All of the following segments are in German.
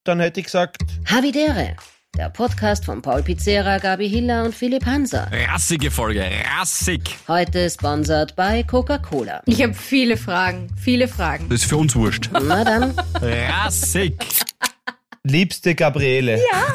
dann hätte ich gesagt... Havidere, der Podcast von Paul Pizzera, Gabi Hiller und Philipp Hanser. Rassige Folge, rassig. Heute sponsert bei Coca-Cola. Ich habe viele Fragen. Das ist für uns wurscht. Na dann. Rassig. Liebste Gabriele. Ja.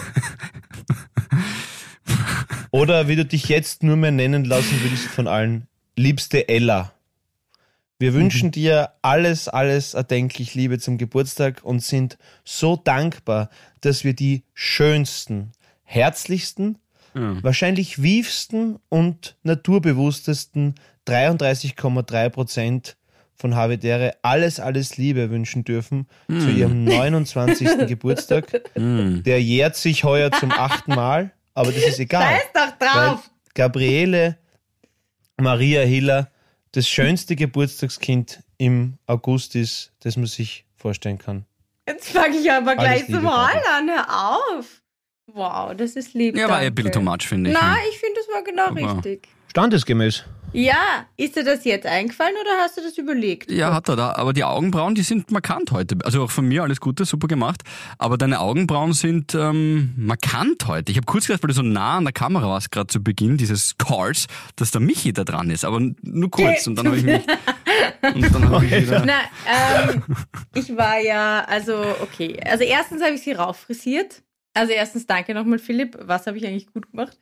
Oder wie du dich jetzt nur mehr nennen lassen willst von allen, liebste Ella. Wir wünschen dir alles erdenklich Liebe zum Geburtstag und sind so dankbar, dass wir die schönsten, herzlichsten, wahrscheinlich wiefsten und naturbewusstesten 33,3% von Havidere alles Liebe wünschen dürfen zu ihrem 29. Geburtstag. Der jährt sich heuer zum 8. Mal, aber das ist egal. Scheiß doch drauf. Weil Gabriele Maria Hiller das schönste Geburtstagskind im August ist, das man sich vorstellen kann. Jetzt fange ich aber gleich Liebe, zum Heulen an. Hör auf. Wow, das ist lieb. Ja, war danke. ein bisschen too much, finde ich. Nein, ich finde, das war genau Aber- richtig. Standesgemäß. Ja, ist dir das jetzt eingefallen oder hast du das überlegt? Ja, hat er da. Aber die Augenbrauen, die sind markant heute. Also auch von mir alles Gute, super gemacht. Aber deine Augenbrauen sind markant heute. Ich habe kurz gedacht, weil du so nah an der Kamera warst, gerade zu Beginn dieses Calls, dass der Michi da dran ist. Aber nur kurz. Und dann habe ich mich... Und dann habe ich wieder... Na, ich war ja, okay. Also erstens habe ich sie rauffrisiert. Also erstens danke nochmal, Philipp. Was habe ich eigentlich gut gemacht?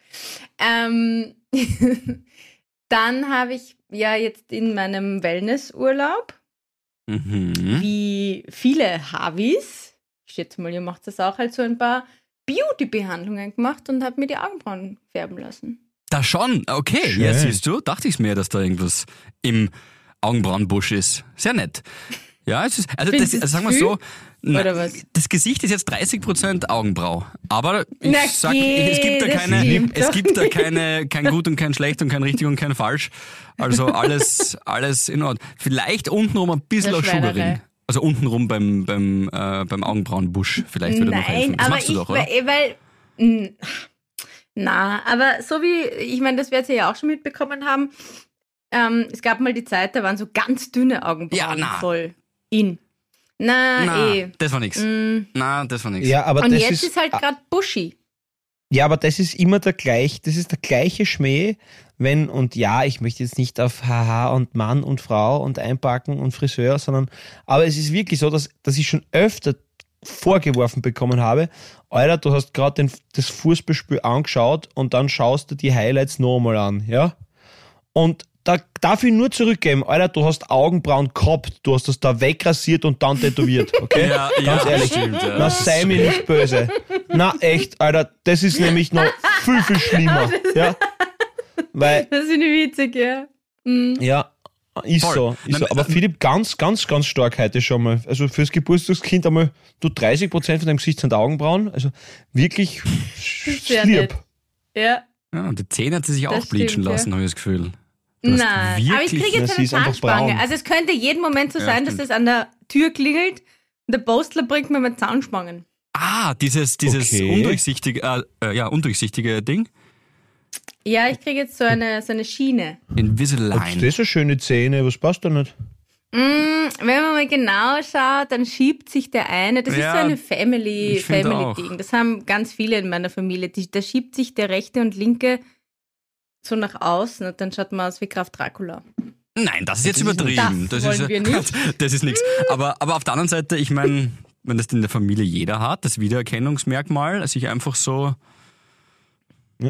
Dann habe ich ja jetzt in meinem Wellnessurlaub, wie viele Havis, ich schätze mal, ihr macht das auch, halt so ein paar Beauty-Behandlungen gemacht und habe mir die Augenbrauen färben lassen. Da schon, okay. Schön. Ja, siehst du, dachte ich mir, dass da irgendwas im Augenbrauenbusch ist. Sehr nett. Ja, es ist, Findest du das, sagen wir viel? so, Oder was? das Gesicht ist jetzt 30% Augenbrau. Aber ich Na sag, geh, es gibt da das stimmt es doch gibt da kein Gut und kein Schlecht und kein Richtig und kein Falsch. Also alles in Ordnung. Vielleicht untenrum ein bisschen ein Schweinerei. Sugarring. Also untenrum beim Augenbrauenbusch vielleicht würde noch helfen. Nein, Das aber machst du doch, oder? Aber so wie, ich meine, das werdet ihr ja auch schon mitbekommen haben, es gab mal die Zeit, da waren so ganz dünne Augenbrauen Ja, na. voll in. Na, das war nix. Na, das war nix. Ja, aber Und das jetzt ist halt gerade bushy. Ja, aber das ist immer das ist der gleiche Schmäh, wenn, und ja, ich möchte jetzt nicht auf Haha und Mann und Frau und Einpacken und Friseur, aber es ist wirklich so, dass ich schon öfter vorgeworfen bekommen habe, Alter, du hast gerade das Fußballspiel angeschaut und dann schaust du die Highlights nochmal an, ja? Und da darf ich nur zurückgeben, Alter, du hast Augenbrauen gehabt, du hast das da wegrasiert und dann tätowiert, okay? Ja, Ganz ehrlich. stimmt, ja. Na, sei mir nicht böse. Na, echt, Alter, das ist nämlich noch viel schlimmer, ja? Weil, Das finde ich witzig, ja. ja, ist Voll. so. Nein, Aber Philipp, ganz stark heute schon mal. Also fürs Geburtstagskind einmal, du 30% von deinem Gesicht sind Augenbrauen, also wirklich Sehr lieb. nett. Ja. Ja, und die Zähne hat sie sich Das auch bleachen stimmt, lassen, ja. habe ich das Gefühl. Du hast Nein, aber ich wirklich- kriege Na, jetzt sie eine ist einfach Zahnspange. braun. Also es könnte jeden Moment so Ja, sein, dass stimmt. das an der Tür klingelt und der Postler bringt mir mal Zahnspangen. Dieses Okay. undurchsichtige Ding. Ja, ich kriege jetzt so eine Schiene. Invisalign. Das so schöne Zähne, was passt da nicht? Wenn man mal genau schaut, dann schiebt sich der eine, das Ja, ist so eine ich finde auch. Family-Ding. Das haben ganz viele in meiner Familie. Da schiebt sich der rechte und linke so nach außen und dann schaut man aus wie Graf Dracula. Nein, das ist jetzt Das ist übertrieben. Das wollen wir nicht. Das ist nichts. Aber auf der anderen Seite, ich meine, wenn das in der Familie jeder hat, das Wiedererkennungsmerkmal, sich einfach so... Ja.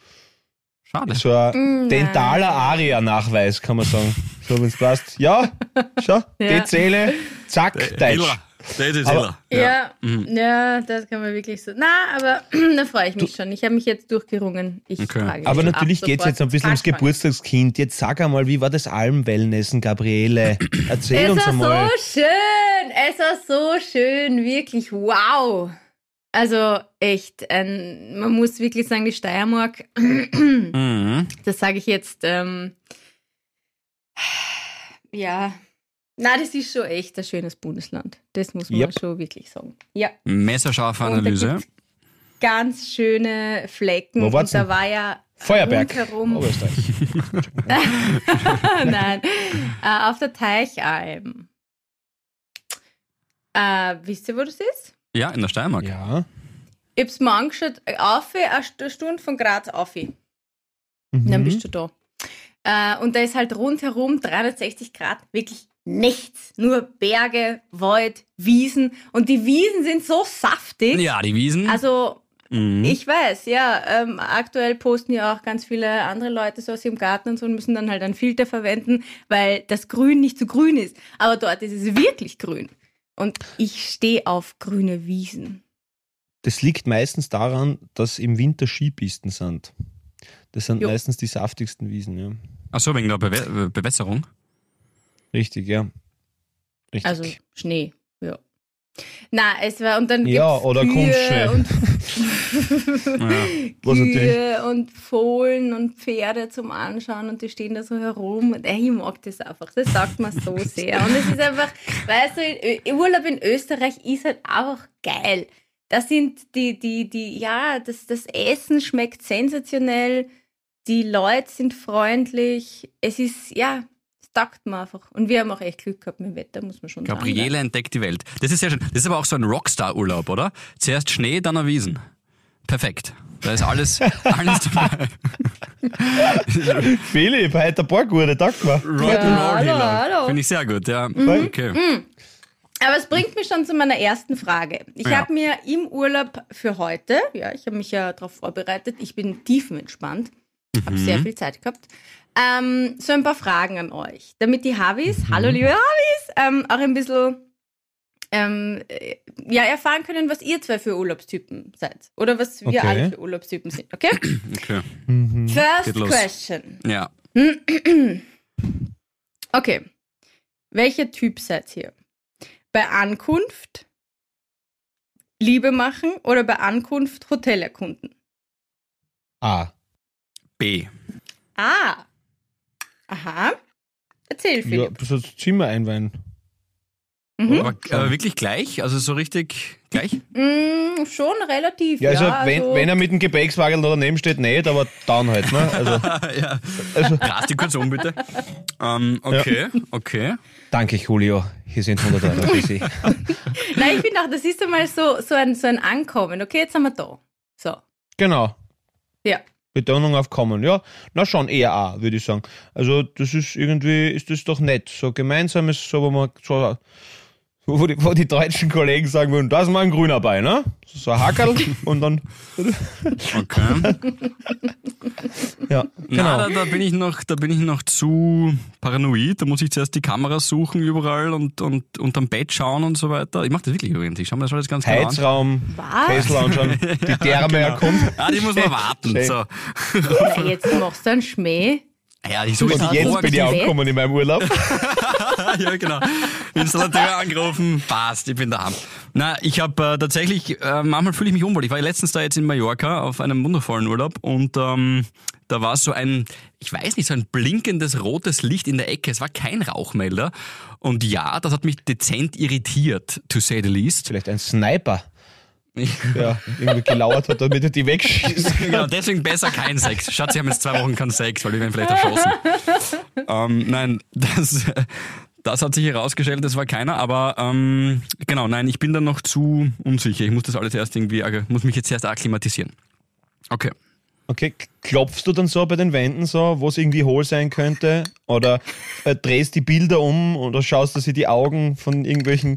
Schade. So ein dentaler Aria-Nachweis, kann man sagen. So, wenn es passt. Ja, schau, Ja. die Zähne, zack, deutsch. Das ist Aber- Hiller. Ja, das kann man wirklich so. Na, aber da freue ich mich schon. Ich habe mich jetzt durchgerungen. Ich Okay. trage Aber schon natürlich ab geht es sofort jetzt ein bisschen ums Zahnspangen. Geburtstagskind. Jetzt sag einmal, wie war das Almwellnessen, Gabriele? Erzähl Es uns war einmal. so schön. Es war so schön. Wirklich, wow. Also echt, man muss wirklich sagen, die Steiermark, Mhm. das sage ich jetzt, ja, na, das ist schon echt ein schönes Bundesland. Das muss man Yep. schon wirklich sagen. Ja. Messerscharfe Und da Analyse. gibt's ganz schöne Flecken. Wo war's und da denn? war ja Feuerberg, rundherum. Oberösterreich. Nein, auf der Teichalm. Wisst ihr, wo das ist? Ja, in der Steiermark. Ja. Ich hab's mir angeschaut, eine Stunde von Graz auf. Dann bist du da. Und da ist halt rundherum 360 Grad wirklich nichts. Nur Berge, Wald, Wiesen. Und die Wiesen sind so saftig. Ja, die Wiesen. Also, ich weiß, ja. Aktuell posten ja auch ganz viele andere Leute so aus ihrem Garten und so und müssen dann halt einen Filter verwenden, weil das Grün nicht so grün ist. Aber dort ist es wirklich grün. Und ich stehe auf grüne Wiesen. Das liegt meistens daran, dass im Winter Skipisten sind. Das sind Jo. meistens die saftigsten Wiesen, ja. Achso, wegen der Bewässerung. Richtig, ja. Richtig. Also Schnee, ja. Na, es war und dann Ja, gibt's oder Kühe Kunstschnee. und Was Kühe und Fohlen und Pferde zum Anschauen und die stehen da so herum und ich mag das einfach. Das sagt man so sehr. Und es ist einfach, weißt du, Urlaub in Österreich ist halt einfach geil. Das sind das Essen schmeckt sensationell, die Leute sind freundlich, es ist, ja, es taugt mir einfach. Und wir haben auch echt Glück gehabt mit dem Wetter, muss man schon sagen. Gabriele entdeckt die Welt. Das ist sehr schön. Das ist aber auch so ein Rockstar-Urlaub, oder? Zuerst Schnee, dann eine Wiesen. Perfekt. Da ist alles dabei. Philipp, heute ein paar gute, danke mal. hallo. Finde ich sehr gut, ja. Okay. Aber es bringt mich schon zu meiner ersten Frage. Ich habe mir im Urlaub für heute, ja, ich habe mich ja darauf vorbereitet, ich bin tiefenentspannt, habe sehr viel Zeit gehabt, so ein paar Fragen an euch, damit die Havis, hallo liebe Havis, auch ein bisschen erfahren können, was ihr zwei für Urlaubstypen seid. Oder was wir alle für Urlaubstypen sind, okay? Okay. First Geht los. question. Ja. Okay. Welcher Typ seid ihr? Bei Ankunft Liebe machen oder bei Ankunft Hotel erkunden? A. B. Ah. Aha. Erzähl, Ja, Philipp. so das Zimmer einweihen. Aber wirklich gleich? Also so richtig gleich? Schon relativ, Ja, also, ja. wenn er mit dem Gepäckswagen da daneben steht, nicht, aber dann halt, ne? Also, Ja. also Rast die kurz um, bitte. Okay. danke, Julio. Hier sind 100 Euro für Sie. Nein, ich finde auch, das ist einmal so ein Ankommen. Okay, jetzt sind wir da. So. Genau. Ja. Betonung auf kommen. Ja, na schon eher A, würde ich sagen. Also, das ist irgendwie, ist das doch nett. So gemeinsames, so, wo die deutschen Kollegen sagen würden, da ist mal ein Grüner bei, ne? So ein Hackerl und dann, Okay. ja, Na, genau. da bin ich noch zu paranoid. Da muss ich zuerst die Kameras suchen überall und unterm Bett schauen und so weiter. Ich mache das wirklich übrigens. Ich schaue mir das alles ganz genau an. Heizraum, Was? Kessel anschauen, die Therme erkunden. Ah, die muss man warten. Schön. So. Na, jetzt machst du einen Schmäh. Ja, ich suche Und jetzt jetzt bin ich Bett. angekommen in meinem Urlaub. Ja, genau. Installateur angerufen, passt, ich bin daheim. Na, ich habe tatsächlich, manchmal fühle ich mich unwohl. Ich war letztens da jetzt in Mallorca auf einem wundervollen Urlaub und da war so ein, ich weiß nicht, so ein blinkendes rotes Licht in der Ecke. Es war kein Rauchmelder. Und ja, das hat mich dezent irritiert, to say the least. Vielleicht ein Sniper, der irgendwie gelauert hat, damit er die wegschießt. Genau, deswegen besser kein Sex. Schatz, Sie haben jetzt 2 Wochen keinen Sex, weil wir werden vielleicht erschossen. Nein, das hat sich herausgestellt, das war keiner, aber genau, nein, ich bin dann noch zu unsicher. Ich muss das alles erst muss mich jetzt erst akklimatisieren. Okay. Okay, klopfst du dann so bei den Wänden so, wo es irgendwie hohl sein könnte? Oder drehst die Bilder um oder schaust, dass sie die Augen von irgendwelchen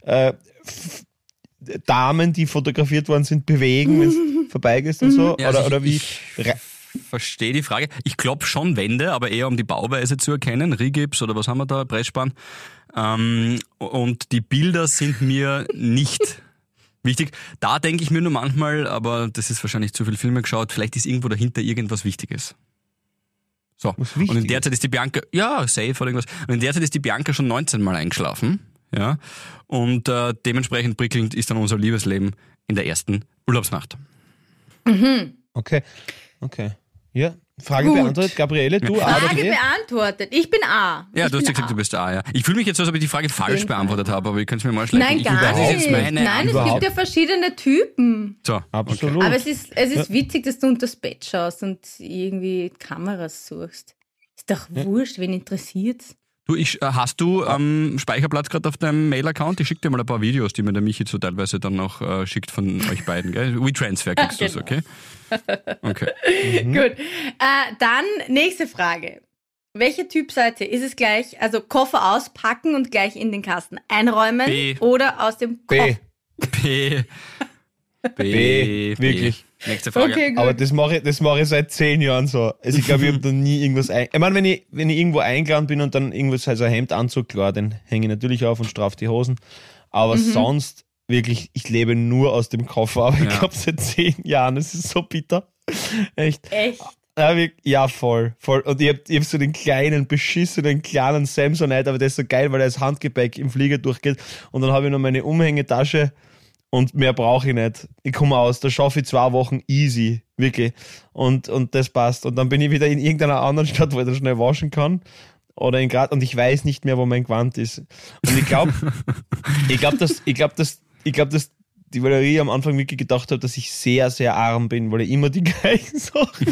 Damen, die fotografiert worden sind, bewegen, wenn es vorbeigehst und so? Ja, also oder wie? ich verstehe die Frage. Ich klopfe schon Wände, aber eher um die Bauweise zu erkennen. Rigips oder was haben wir da? Pressspann. Und die Bilder sind mir nicht wichtig. Da denke ich mir nur manchmal, aber das ist wahrscheinlich zu viel Filme geschaut, vielleicht ist irgendwo dahinter irgendwas Wichtiges. So. Was Und in Wichtiges? der Zeit ist die Bianca, ja, safe oder irgendwas. Und in der Zeit ist die Bianca schon 19 Mal eingeschlafen. Ja. Und dementsprechend prickelnd ist dann unser Liebesleben in der ersten Urlaubsnacht. Okay. Ja, Frage Gut. beantwortet. Gabriele, du A oder Frage B? beantwortet. Ich bin A. Ja, Ich du hast bin ja gesagt, A. du bist A, ja. Ich fühle mich jetzt so, als ob ich die Frage falsch jeden Fall. beantwortet habe, aber ihr könnt es mir mal schlechten. Nein, gar Das ist nicht. jetzt meine Nein, es Antwort. gibt ja verschiedene Typen. So, Absolut. Aber es ist witzig, dass du unter das Bett schaust und irgendwie Kameras suchst. Ist doch wurscht, wen interessiert's? Du, hast du Speicherplatz gerade auf deinem Mail-Account? Ich schicke dir mal ein paar Videos, die mir der Michi so teilweise dann noch schickt von euch beiden, gell? WeTransfer kriegst du es, okay? Okay. Gut. Dann nächste Frage. Welcher Typ seid ihr? Ist es gleich, also Koffer auspacken und gleich in den Kasten einräumen B. oder aus dem Koffer? B. Wirklich. Nächste Frage. Okay, gut. Aber das mache ich seit 10 Jahren so. Also ich glaube, ich habe da nie irgendwas Ich meine, wenn ich irgendwo eingeladen bin und dann irgendwas, also ein Hemdanzug, klar, den hänge ich natürlich auf und straff die Hosen. Aber sonst wirklich, ich lebe nur aus dem Koffer. Aber ich glaube seit 10 Jahren, das ist so bitter. Echt. Ja, voll. Und ich hab so den kleinen, beschissenen, kleinen Samsonite, aber der ist so geil, weil er als Handgepäck im Flieger durchgeht. Und dann habe ich noch meine Umhängetasche und mehr brauche ich nicht. Ich komme aus, da schaffe ich 2 Wochen easy, wirklich. Und das passt. Und dann bin ich wieder in irgendeiner anderen Stadt, wo ich das schnell waschen kann. Oder in Graz und ich weiß nicht mehr, wo mein Gewand ist. Und ich glaube, dass die Valerie am Anfang wirklich gedacht hat, dass ich sehr, sehr arm bin, weil ich immer die gleichen Sachen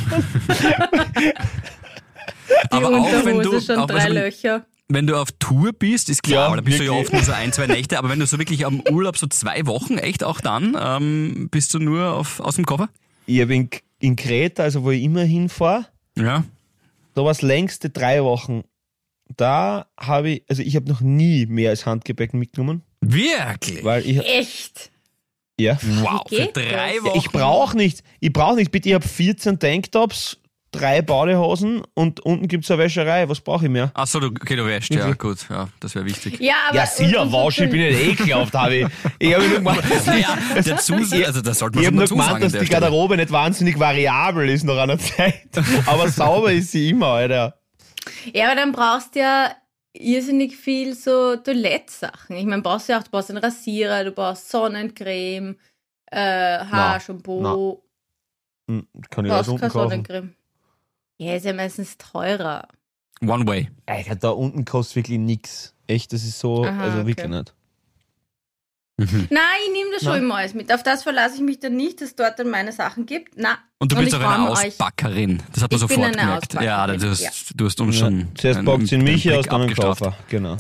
Aber Die auch wenn Unterhose du schon auch 3 Löcher. Wenn du auf Tour bist, ist klar, Ja, aber da bist du ja wirklich. oft nur so 1, 2 Nächte, aber wenn du so wirklich am Urlaub so 2 Wochen, echt auch dann, bist du nur aus dem Koffer? Ich habe in Kreta, also wo ich immer hinfahre, Ja. da war das längste 3 Wochen. Da habe ich habe noch nie mehr als Handgepäck mitgenommen, Wirklich? weil ich, Echt? ja. Wow, Wie für geht 3 das? Wochen. Ich brauche nicht, bitte, ich habe 14 Tanktops, 3 Badehosen und unten gibt es eine Wäscherei, was brauche ich mehr? Achso, du wäschst, ja gut, ja, das wäre wichtig. Ja, aber... Ja, sicher, waschen, ich bin nicht ekelhaft, habe ich. Ich habe nur gemeint, Naja, der Zusatz, also das sollte man ich schon habe mal nur zusagen gemeint, dass an die der Stelle. Garderobe nicht wahnsinnig variabel ist nach einer Zeit. Aber sauber ist sie immer, Alter. Ja, aber dann brauchst du ja irrsinnig viel so Toilettsachen. Ich meine, du brauchst einen Rasierer, du brauchst Sonnencreme, Haarshampoo. Kann Du ich alles brauchst unten keine kaufen? Sonnencreme. Ja, ist ja meistens teurer. One way. Alter, da unten kostet wirklich nix. Echt, das ist so, Aha, also wirklich okay. nicht. Nein, ich nehme das schon Nein. immer alles mit. Auf das verlasse ich mich dann nicht, dass es dort dann meine Sachen gibt. Na. Und du bist ich auch eine räume euch- Ausbackerin. Das hat man Ich bin sofort eine gemerkt. Ja, Ausbackerin, du hast uns schon. Zuerst einen- packt sie in einen mich Blick aus, dann einen abgestraft. Koffer. Genau.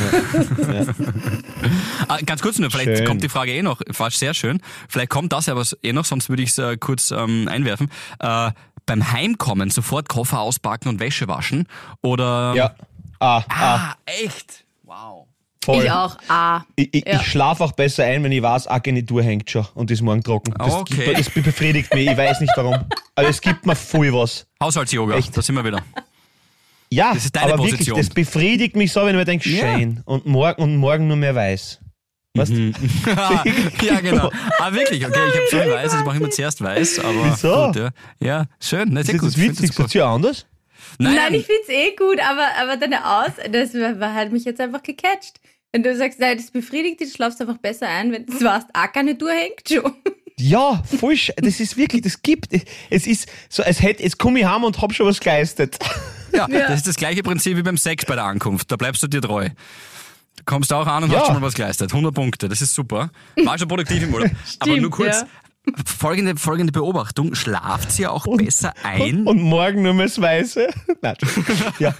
Ganz kurz nur, vielleicht Schön. kommt die Frage noch, fast sehr schön. Vielleicht kommt das ja was noch, sonst würde ich es kurz einwerfen. Beim Heimkommen sofort Koffer auspacken und Wäsche waschen? Oder? Ja. Echt? Wow. Voll. Ich auch. Ich Ja. schlafe auch besser ein, wenn ich weiß, eine Garnitur hängt schon und ist morgen trocken. Okay. Das befriedigt mich, ich weiß nicht warum. Aber es gibt mir voll was. Haushalts-Yoga, Echt? da sind wir wieder. Ja, Das ist deine aber Position. wirklich, das befriedigt mich so, wenn ich mir denke, Ja. schön. Und morgen nur mehr weiß. Weißt du? Ja, genau. Wirklich, okay, ich habe schon weiß, ich mache immer zuerst weiß, aber Wieso? gut, ja. Ja, schön, ne, sehr Ist gut. das witzig? Ist das ja anders? Nein, ich finde es gut, aber deine das hat mich jetzt einfach gecatcht. Wenn du sagst, nein, das befriedigt dich, du schlafst einfach besser ein, wenn du weißt, auch keine Tour hängt schon. Ja, voll. Das ist wirklich, das gibt. Es ist so, jetzt komme ich heim und hab schon was geleistet. Ja, das ist das gleiche Prinzip wie beim Sex bei der Ankunft. Da bleibst du dir treu. Du kommst auch an und Ja. hast schon mal was geleistet. 100 Punkte, das ist super. War schon produktiv im Urlaub. Aber nur kurz, folgende Beobachtung. Schlaft ihr auch besser ein? Und morgen nur mehr das Weiße. Nein, ja.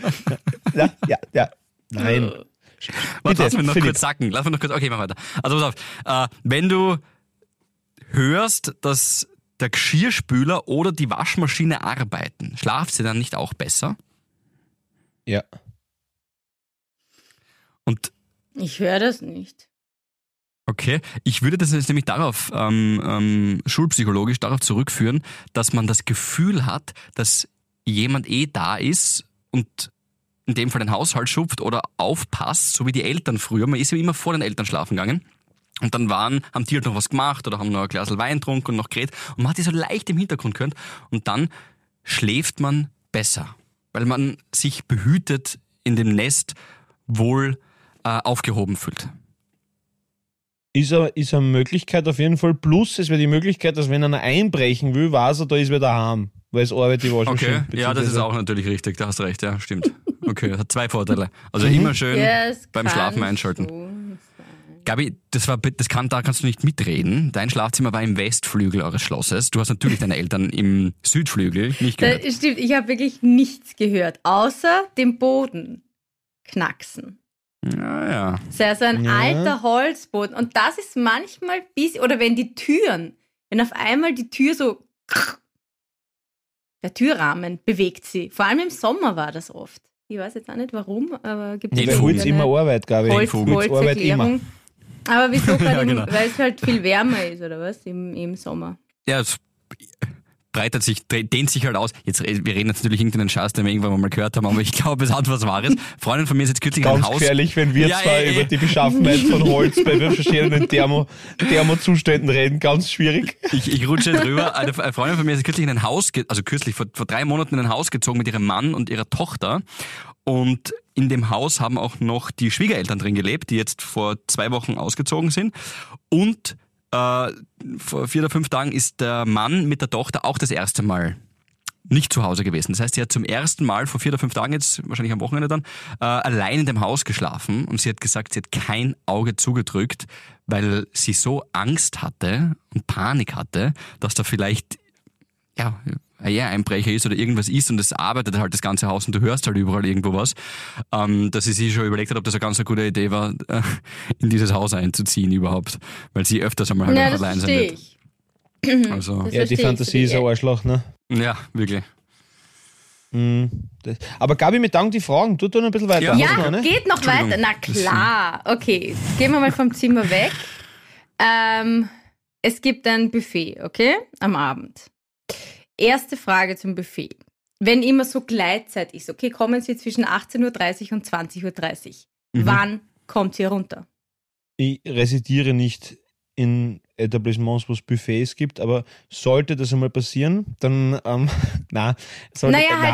Nein. Warte, lass mich noch Philipp. kurz sacken. Okay, mach weiter. Also pass auf. Wenn du hörst, dass der Geschirrspüler oder die Waschmaschine arbeiten, schlaft sie dann nicht auch besser? Ja. Und Ich höre das nicht. okay, ich würde das jetzt nämlich darauf, schulpsychologisch darauf zurückführen, dass man das Gefühl hat, dass jemand da ist und in dem Fall den Haushalt schupft oder aufpasst, so wie die Eltern früher. Man ist ja immer vor den Eltern schlafen gegangen. Und dann haben die halt noch was gemacht oder haben noch ein Glas Wein getrunken und noch geredet. Und man hat die so leicht im Hintergrund gehört. Und dann schläft man besser, weil man sich behütet in dem Nest wohl aufgehoben fühlt. Ist eine Möglichkeit auf jeden Fall. Plus, es wäre die Möglichkeit, dass wenn einer einbrechen will, weiß er, da ist wer daheim. Weil es arbeitet die Waschmaschine. Okay, ja, das ist auch natürlich richtig, da hast du recht, ja, stimmt. Okay, hat 2 Vorteile. Also immer schön beim Schlafen einschalten. Gabi, da kannst du nicht mitreden. Dein Schlafzimmer war im Westflügel eures Schlosses. Du hast natürlich deine Eltern im Südflügel nicht gehört. Das stimmt, ich habe wirklich nichts gehört, außer dem Boden knacksen. Ja. Das ist ja so ein alter Holzboden. Und das ist manchmal oder wenn auf einmal die Tür so, der Türrahmen bewegt sie. Vor allem im Sommer war das oft. Ich weiß jetzt auch nicht warum, aber gibt es da holt's immer Arbeit, glaube ich. Holzerklärung. Aber wieso? Genau. Weil es halt viel wärmer ist, oder was? Im Sommer. Ja, es dehnt sich halt aus. Wir reden jetzt natürlich irgendeinen Scheiß, den wir irgendwann mal gehört haben, aber ich glaube, es hat was Wahres. Freundin von mir ist jetzt kürzlich in ein Haus. Ganz gefährlich, wenn wir über die Beschaffenheit von Holz bei verschiedenen Thermozuständen reden. Ganz schwierig. Ich rutsche drüber. Eine Freundin von mir ist kürzlich in ein Haus, vor 3 Monaten in ein Haus gezogen mit ihrem Mann und ihrer Tochter. Und in dem Haus haben auch noch die Schwiegereltern drin gelebt, die jetzt vor 2 Wochen ausgezogen sind. Und vor 4 oder 5 Tagen ist der Mann mit der Tochter auch das erste Mal nicht zu Hause gewesen. Das heißt, sie hat zum ersten Mal vor 4 oder 5 Tagen, jetzt wahrscheinlich am Wochenende dann, allein in dem Haus geschlafen. Und sie hat gesagt, sie hat kein Auge zugedrückt, weil sie so Angst hatte und Panik hatte, dass da vielleicht Einbrecher ist oder irgendwas ist und es arbeitet halt das ganze Haus und du hörst halt überall irgendwo was, dass sie sich schon überlegt hat, ob das eine ganz gute Idee war, in dieses Haus einzuziehen überhaupt, weil sie öfters einmal halt allein sein wird. Also, die Fantasie ist ein Arschloch, ne? Ja, wirklich. Aber Gabi, mir danken die Fragen. Du noch ein bisschen weiter. Ja, geht noch weiter. Na klar. Okay, gehen wir mal vom Zimmer weg. Es gibt ein Buffet, okay? Am Abend. Erste Frage zum Buffet. Wenn immer so Gleitzeit ist, okay, kommen Sie zwischen 18.30 Uhr und 20.30 Uhr. Wann kommt ihr runter? Ich residiere nicht in Etablissements, wo es Buffets gibt, aber sollte das einmal passieren, dann, also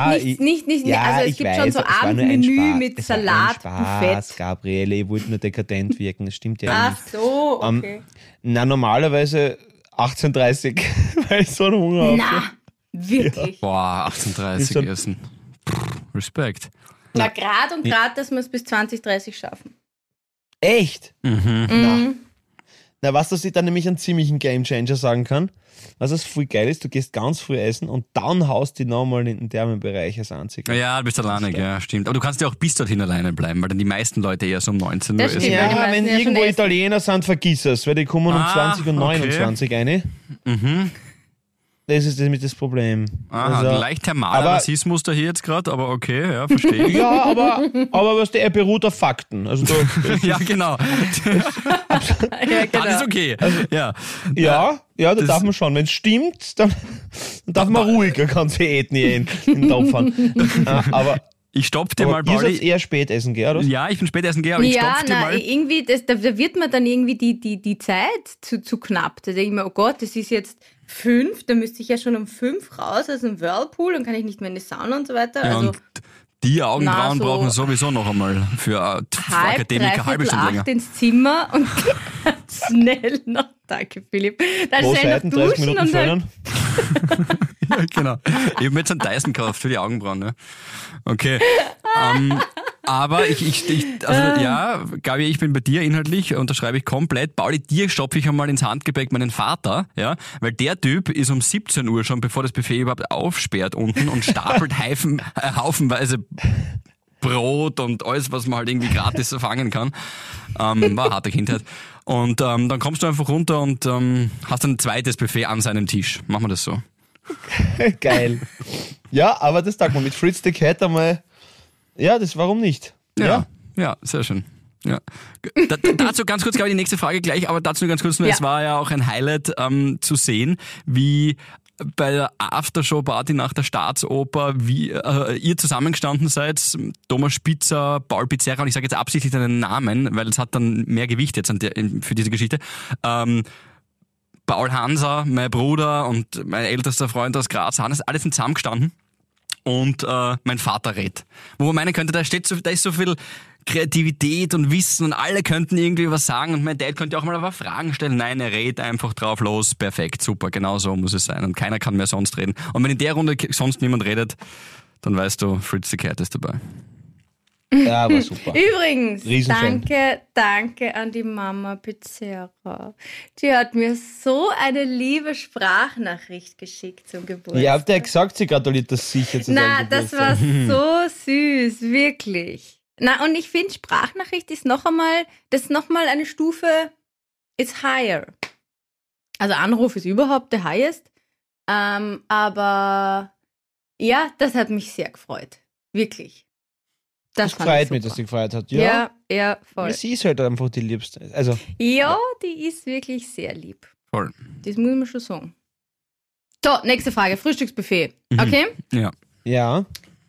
es gibt schon so Abendmenü mit Salat, Buffet. Gabriele, ich wollte nur dekadent wirken, das stimmt ja nicht. Ach so, okay. Normalerweise 18.30 Uhr, weil ich so einen Hunger habe. Na, wirklich? Ja. Boah, 18.30 Uhr essen. Respekt. Na, gerade, dass wir es bis 20.30 Uhr schaffen. Echt? Na, was ich dann nämlich einen ziemlichen Gamechanger sagen kann, was voll geil ist, du gehst ganz früh essen und dann haust du nochmal in den Thermenbereich als einziger. Ja, du bist alleinig, ja, stimmt. Aber du kannst ja auch bis dorthin alleine bleiben, weil dann die meisten Leute eher so um 19 Uhr essen. Ja, wenn irgendwo Italiener sind, vergiss es, weil die kommen um 20 und 29 rein. Das ist nämlich das Problem. Aha, leicht thermaler Rassismus da hier jetzt gerade, aber okay, ja, verstehe ich. Ja, aber er beruht auf Fakten. Also ja, genau. Dann ist okay. Also, ja, das darf man schon. Wenn es stimmt, dann darf man ruhiger ganze Ethnie in den Topf fahren. Aber ich stopf dir mal, Pauli. Ihr seid eher spät essen, gell, oder? Ja, ich bin spät essen, gell, aber ich stopf dir mal. Irgendwie, da wird mir dann irgendwie die Zeit zu knapp. Da denke ich mir, oh Gott, das ist jetzt 5, da müsste ich ja schon um 5 raus aus dem Whirlpool, dann kann ich nicht mehr in die Sauna und so weiter. Ja, also, und die Augenbrauen brauchen sowieso noch einmal für Akademiker halbe Stunde länger. 7:30 ins Zimmer und schnell noch, danke Philipp, dann schnell noch duschen und dann... Ja, genau. Ich habe mir jetzt einen Dyson gekauft für die Augenbrauen. Ne? Okay. Aber Gabi, ich bin bei dir inhaltlich, unterschreibe ich komplett. Pauli, dir stopfe ich einmal ins Handgepäck meinen Vater, ja, weil der Typ ist um 17 Uhr schon, bevor das Buffet überhaupt aufsperrt unten und stapelt haufenweise Brot und alles, was man halt irgendwie gratis fangen kann. War eine harte Kindheit. Und dann kommst du einfach runter und hast ein zweites Buffet an seinem Tisch. Machen wir das so. Geil. Ja, aber das sagt man mit Fritz the Cat einmal. Ja, warum nicht? Ja, sehr schön. Ja. Dazu ganz kurz, glaube ich, die nächste Frage gleich, aber dazu nur ganz kurz, es war ja auch ein Highlight zu sehen, wie bei der Aftershow-Party nach der Staatsoper, wie ihr zusammengestanden seid, Thomas Spitzer, Paul Pizzerra, und ich sage jetzt absichtlich deinen Namen, weil es hat dann mehr Gewicht jetzt für diese Geschichte. Paul Hanser, mein Bruder und mein ältester Freund aus Graz, Hannes, alle sind zusammengestanden und mein Vater redet. Wo man meinen könnte, da ist so viel Kreativität und Wissen und alle könnten irgendwie was sagen und mein Dad könnte auch mal ein paar Fragen stellen. Nein, er redet einfach drauf los, perfekt, super, genau so muss es sein und keiner kann mehr sonst reden. Und wenn in der Runde sonst niemand redet, dann weißt du, Fritz the Cat ist dabei. Ja, war super. Übrigens, danke an die Mama Pizzerra. Die hat mir so eine liebe Sprachnachricht geschickt zum Geburtstag. Ja, habt ihr gesagt, sie gratuliert das sicher zu seinem Geburtstag. Das war so süß, wirklich. Na, und ich finde, Sprachnachricht ist noch einmal eine Stufe, ist higher. Also Anruf ist überhaupt der highest. Aber ja, das hat mich sehr gefreut. Wirklich. Das freut mich, dass sie gefreut hat. Ja, voll. Sie ist halt einfach die Liebste. Also, ja, die ist wirklich sehr lieb. Voll. Das muss man schon sagen. So, nächste Frage. Frühstücksbuffet. Okay? Ja. ja.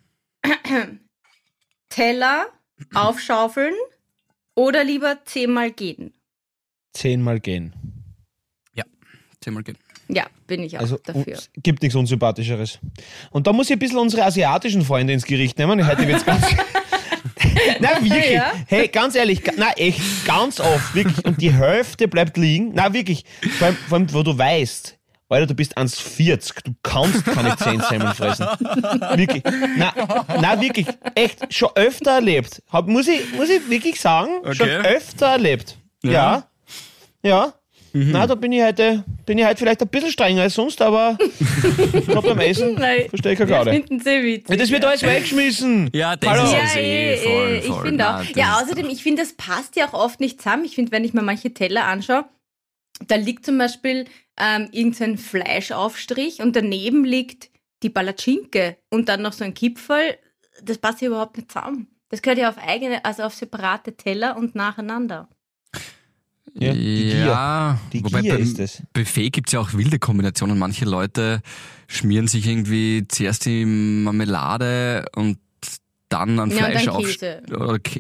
Teller aufschaufeln oder lieber 10-mal gehen? 10-mal gehen. Ja, 10-mal gehen. Ja, bin ich auch Also dafür. Gibt nichts Unsympathischeres. Und da muss ich ein bisschen unsere asiatischen Freunde ins Gericht nehmen. Heute wird's ganz... Nein, wirklich. Ja. Hey, ganz ehrlich, echt, ganz oft, wirklich. Und die Hälfte bleibt liegen. Na, wirklich. Vor allem, wo du weißt, Alter, du bist 1,40, du kannst keine 10 Semmeln fressen. Wirklich. Na, wirklich. Echt, schon öfter erlebt. Muss ich wirklich sagen, schon öfter erlebt. Ja. Na, da bin ich heute vielleicht ein bisschen strenger als sonst, aber gerade beim Essen verstehe ich keine Garde. Ich finde es sehr witzig. Ja, das wird alles weggeschmissen. Ja, das ist voll. Ich finde auch. Ja, außerdem, ich finde, das passt ja auch oft nicht zusammen. Ich finde, wenn ich mir manche Teller anschaue, da liegt zum Beispiel irgendein Fleischaufstrich und daneben liegt die Palatschinke und dann noch so ein Kipferl. Das passt ja überhaupt nicht zusammen. Das gehört ja auf separate Teller und nacheinander. Ja, die wobei Gier beim ist es. Buffet gibt es ja auch wilde Kombinationen. Manche Leute schmieren sich irgendwie zuerst die Marmelade und dann an Fleisch auf. Käse. Oder Käse.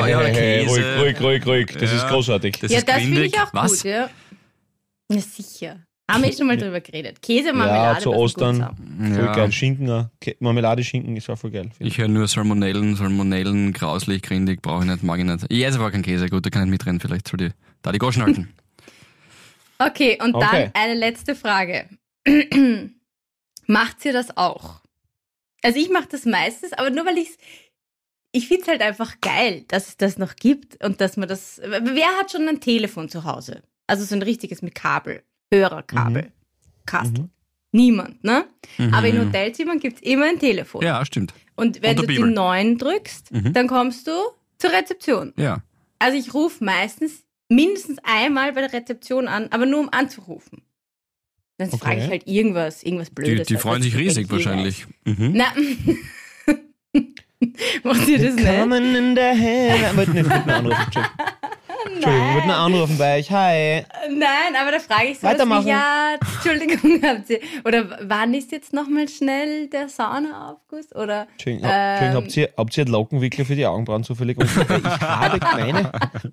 Ruhig. Das ist großartig. Das Ja, ist das finde grindig. ich auch Was? gut, ja. Ja, sicher. Haben wir schon mal drüber geredet. Käse, Marmelade. Ja, zu passen gut Ostern. zusammen. Voll Ja. geil. Schinken, Marmelade, Schinken ist auch voll geil. Ich höre nur Salmonellen, grauslich, grindig, brauche ich nicht, mag ich nicht. Ich esse aber keinen Käse, gut, da kann ich mitreden, vielleicht soll ich da die Goschen halten. Okay, und Okay. dann eine letzte Frage. Macht ihr das auch? Also ich mache das meistens, aber nur weil ich finde es halt einfach geil, dass es das noch gibt und dass man das... Wer hat schon ein Telefon zu Hause? Also so ein richtiges mit Kabel, Hörerkabel, Kastel. Niemand, ne? Aber in Hotelzimmern gibt es immer ein Telefon. Ja, stimmt. Und wenn Und du der die Bibel. 9 drückst, dann kommst du zur Rezeption. Ja. Also ich rufe mindestens einmal bei der Rezeption an, aber nur um anzurufen. Dann frage ich halt irgendwas Blödes. Die halt, freuen was sich ich riesig wirklich wahrscheinlich. weiß. Na, macht ihr das nicht? Kommen in der Hand. Wollte nicht anrufen. Entschuldigung, wollte nur anrufen bei euch. Hi. Nein, aber da frage ich so, Weitermachen. ja, Entschuldigung, oder wann ist jetzt nochmal schnell der Saunaaufguss? Oder, Entschuldigung, habt ihr Lockenwickler für die Augenbrauen zufällig? Und ich habe meine.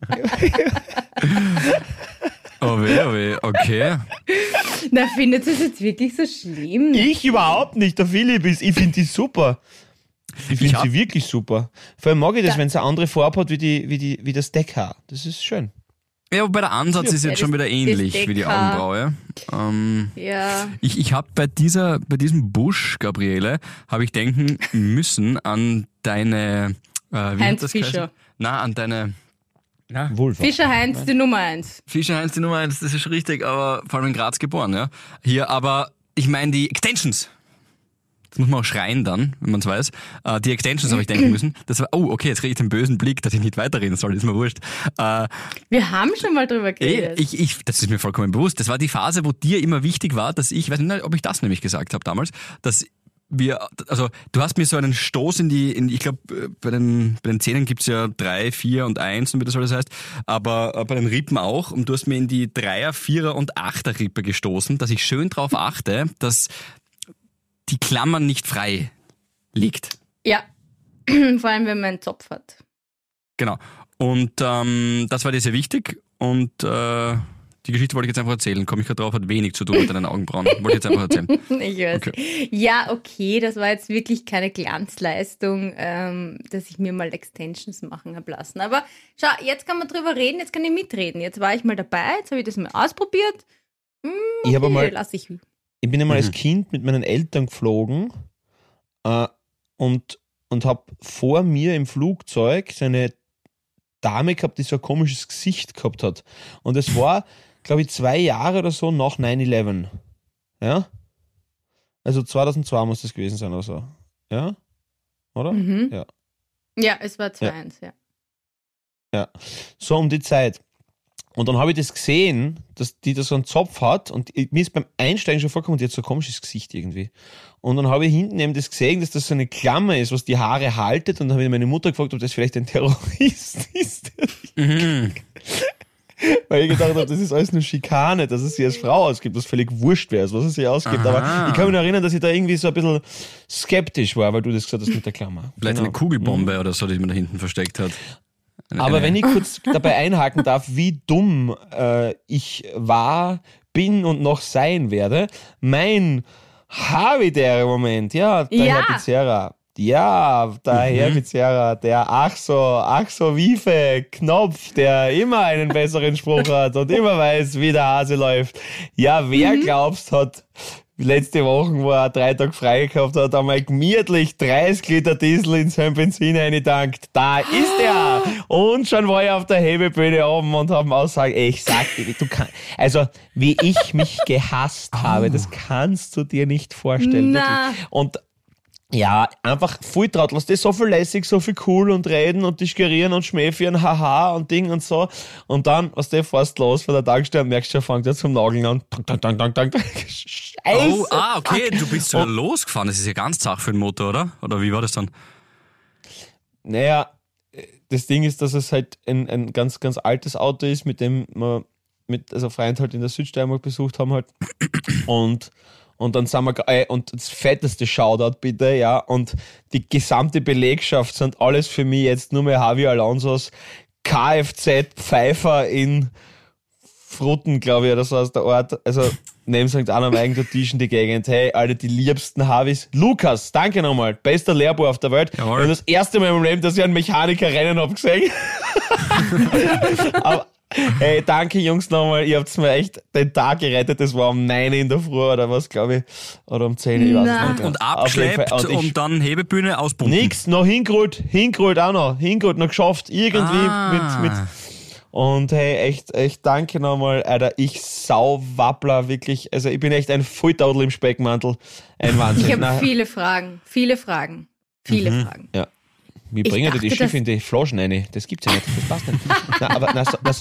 Oh weh, okay. na, findet ihr das jetzt wirklich so schlimm? Ich überhaupt nicht, der Philipp ist. Ich finde die super. Ich finde sie wirklich super. Vor allem mag ich das, wenn es eine andere Farbe hat wie das Deckhaar. Das ist schön. Ja, wobei der Ansatz ist jetzt schon wieder ähnlich wie die Deckhaar. Augenbraue. Ja. Ich habe bei diesem Busch, Gabriele, habe ich denken müssen an deine Heinz Fischer. An deine Wohlfahrt. Fischer Heinz, die Nummer 1. Fischer Heinz die Nummer 1, das ist richtig, aber vor allem in Graz geboren, ja. Hier, aber ich meine die Extensions. Das muss man auch schreien dann, wenn man es weiß. Die Extensions habe ich denken müssen. Das war, okay, jetzt kriege ich den bösen Blick, dass ich nicht weiterreden soll, ist mir wurscht. Wir haben schon mal drüber geredet. Das ist mir vollkommen bewusst. Das war die Phase, wo dir immer wichtig war, dass ich weiß nicht, ob ich das nämlich gesagt habe damals, dass du hast mir so einen Stoß ich glaube, bei den Zähnen gibt's ja 3, 4 und 1 und wie das alles heißt, aber bei den Rippen auch, und du hast mir in die 3er, 4er und 8er Rippe gestoßen, dass ich schön drauf achte, dass die Klammer nicht frei liegt. Ja, vor allem, wenn man einen Zopf hat. Genau. Und das war dir sehr wichtig und die Geschichte wollte ich jetzt einfach erzählen. Komme ich gerade drauf, hat wenig zu tun mit deinen Augenbrauen. Wollte ich jetzt einfach erzählen. Ich weiß. Okay. Ja, okay, das war jetzt wirklich keine Glanzleistung, dass ich mir mal Extensions machen habe lassen. Aber schau, jetzt kann man drüber reden, jetzt kann ich mitreden. Jetzt war ich mal dabei, jetzt habe ich das mal ausprobiert. Ich habe mal. Lass ich. Ich bin einmal als Kind mit meinen Eltern geflogen und habe vor mir im Flugzeug so eine Dame gehabt, die so ein komisches Gesicht gehabt hat. Und es war, glaube ich, 2 Jahre oder so nach 9/11. Ja? Also 2002 muss das gewesen sein oder so. Ja? Oder? Mhm. Ja. Ja, es war 2-1, ja. So um die Zeit. Und dann habe ich das gesehen, dass die da so einen Zopf hat und mir ist beim Einsteigen schon vorgekommen, die hat so ein komisches Gesicht irgendwie. Und dann habe ich hinten eben das gesehen, dass das so eine Klammer ist, was die Haare haltet, und dann habe ich meine Mutter gefragt, ob das vielleicht ein Terrorist ist. Weil ich gedacht habe, das ist alles nur Schikane, dass es sie als Frau ausgibt, was völlig wurscht wäre, was es sie ausgibt. Aha. Aber ich kann mich noch erinnern, dass ich da irgendwie so ein bisschen skeptisch war, weil du das gesagt hast mit der Klammer. Vielleicht eine Kugelbombe oder so, die man da hinten versteckt hat. Aber wenn ich kurz dabei einhaken darf, wie dumm ich war, bin und noch sein werde, mein Habitäre-Moment, der Herr Pizzerra. Ja, der Herr Pizzerra, der ach so wiefe Knopf, der immer einen besseren Spruch hat und immer weiß, wie der Hase läuft. Ja, wer glaubst hat letzte Woche, wo er 3 Tage frei gehabt hat, einmal gemütlich 30 Liter Diesel in sein Benzin eingetankt. Da ist er! Und schon war er auf der Hebebühne oben und haben Aussagen. Ich sag dir, du kannst, also wie ich mich gehasst habe, das kannst du dir nicht vorstellen. Wirklich. Und ja, einfach voll traut, was das so viel lässig, so viel cool und reden und diskurieren und schmäfieren, haha und Ding und so. Und dann, was der fährst los von der Tankstelle und merkst schon, fängt er zum Nageln an. Scheiße. Oh, okay, du bist so losgefahren. Das ist ja ganz zart für den Motor, oder? Oder wie war das dann? Naja, das Ding ist, dass es halt ein ganz, ganz altes Auto ist, mit dem wir also Freund halt in der Südsteiermark besucht haben halt. Und dann sind wir, und das fetteste Shoutout bitte, ja, und die gesamte Belegschaft sind alles für mich jetzt nur mehr Javi Alonsos Kfz-Pfeifer in Frutten, glaube ich, oder so aus der Ort. Also, neben St. Anna am Eigentor Tischen die Gegend. Hey, alle die liebsten Havis. Lukas, danke nochmal. Bester Lehrbuhr auf der Welt. Jawohl. Und das erste Mal in meinem Leben, dass ich einen Mechaniker rennen habe gesehen. Aber, hey, danke Jungs nochmal, ihr habt mir echt den Tag gerettet, das war um 9 in der Früh oder was, glaube ich, oder um 10, ich weiß es nicht. Und abgeschleppt und dann Hebebühne auspumpen. Nix, noch hingerollt auch noch, noch geschafft, irgendwie mit und hey, echt danke nochmal, Alter, ich Sauwappler, wirklich, also ich bin echt ein Volltaudel im Speckmantel, ein Wahnsinn. Ich habe viele Fragen. Ja. Wie bringen die Schiffe in die Flaschen rein? Das gibt's ja nicht. Das passt nicht. Nein, aber das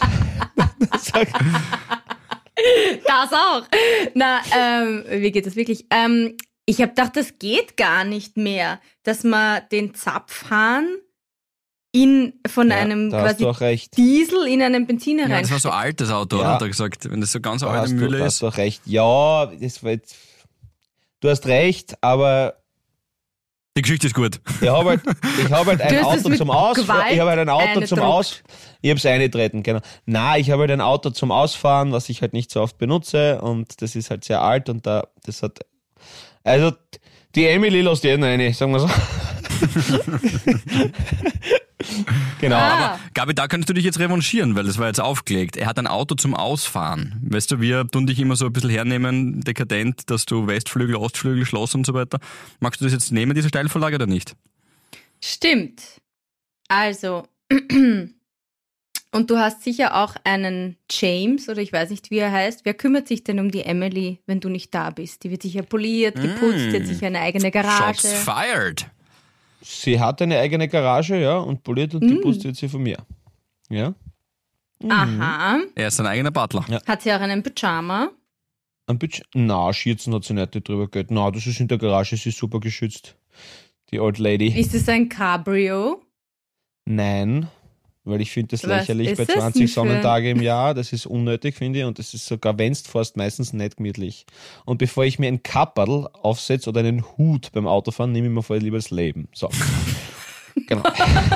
auch. Wie geht das wirklich? Ich habe gedacht, das geht gar nicht mehr, dass man den Zapfhahn von einem quasi Diesel in einen Benziner rein. Ja, das war so ein altes Auto, oder? Hat er gesagt, wenn das so ganz alte Mühle ist. Du hast doch recht. Ja, du hast recht, aber die Geschichte ist gut. Ich habe halt ein Auto zum Ausfahren. Ich habe halt ein Auto zum Ausfahren. Ich habe es eingetreten, genau. Nein, ich habe halt ein Auto zum Ausfahren, was ich halt nicht so oft benutze, und das ist halt sehr alt, und also die Emily lässt jeden rein, sagen wir so. Genau. Aber Gabi, da könntest du dich jetzt revanchieren, weil das war jetzt aufgelegt. Er hat ein Auto zum Ausfahren. Weißt du, wir tun dich immer so ein bisschen hernehmen, dekadent, dass du Westflügel, Ostflügel, Schloss und so weiter. Magst du das jetzt nehmen, diese Steilvorlage, oder nicht? Stimmt. Also, und du hast sicher auch einen James, oder ich weiß nicht, wie er heißt. Wer kümmert sich denn um die Emily, wenn du nicht da bist? Die wird sicher poliert, geputzt, die hat sicher eine eigene Garage. Shots fired. Sie hat eine eigene Garage, ja, und poliert, und die putzt jetzt sie von mir. Ja. Aha. Er ist ein eigener Butler. Ja. Hat sie auch einen Pyjama? Na, Schürzen hat sie nicht drüber gehört. Na, das ist in der Garage, sie ist super geschützt. Die Old Lady. Ist es ein Cabrio? Nein, weil ich finde das Was lächerlich ist bei das 20 denn für- Sonnentage im Jahr. Das ist unnötig, finde ich, und das ist sogar, wenn du fährst, meistens nicht gemütlich. Und bevor ich mir ein Kapperl aufsetze oder einen Hut beim Autofahren, nehme ich mir vorher lieber das Leben. So. Genau.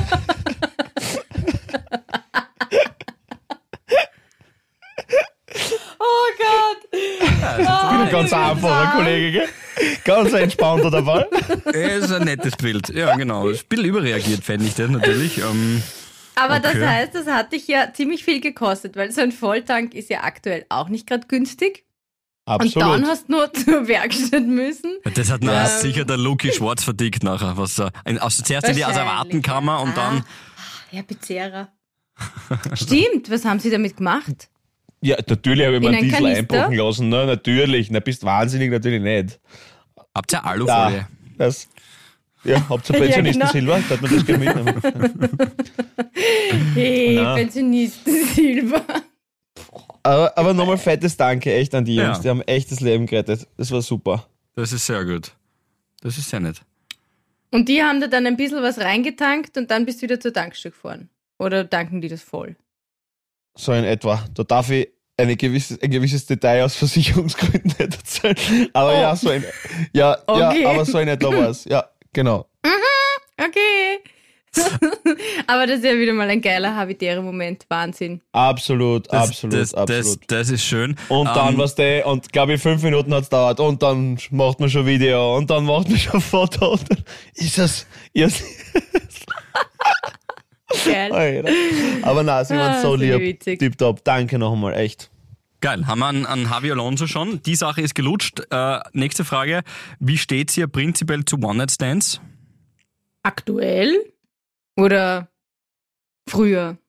Oh Gott! Ich bin ein ganz einfacher Kollege, gell? Ganz entspannter dabei. Er ist ein nettes Bild. Ja, genau. Ist ein bisschen überreagiert, fände ich das natürlich. Aber Okay. das heißt, das hat dich ja ziemlich viel gekostet, weil so ein Volltank ist ja aktuell auch nicht gerade günstig. Absolut. Und dann hast du nur zur Werkstatt müssen. Das hat sicher der Luki Schwarz verdickt nachher. Zuerst in die Asservatenkammer und dann... Ja, Pizzerra. Stimmt, was haben sie damit gemacht? Ja, natürlich habe ich mir In einen ein Diesel Kanister? einpacken lassen. Natürlich. Na, bist wahnsinnig, natürlich nicht. Habt ihr Alufolie? Das Ja, habt ihr Pensionisten-Silber? Darf man das gerne mitnehmen? Hey, Na. Pensionisten-Silber. Aber nochmal fettes Danke echt an die Jungs. Ja. Die haben echt das Leben gerettet. Das war super. Das ist sehr gut. Das ist sehr nett. Und die haben da dann ein bisschen was reingetankt und dann bist du wieder zur Tankstelle gefahren. Oder tanken die das voll? So in etwa. Da darf ich ein gewisses Detail aus Versicherungsgründen nicht erzählen. Aber Oh. ja, ja, Okay. aber so in etwa war es. Ja, genau. Okay. Aber das ist ja wieder mal ein geiler Habitäre-Moment. Wahnsinn. Absolut. Das ist schön. Und dann, und glaube ich, 5 Minuten hat es dauert und dann macht man schon Video und dann macht man schon Foto und dann ist es. Geil. Alter. Aber nein, sie waren so so lieb. witzig. Tipptopp. Danke nochmal, echt. Geil, haben wir an Javi Alonso schon. Die Sache ist gelutscht. Nächste Frage. Wie steht's hier prinzipiell zu One-Night-Stands? Aktuell? Oder früher?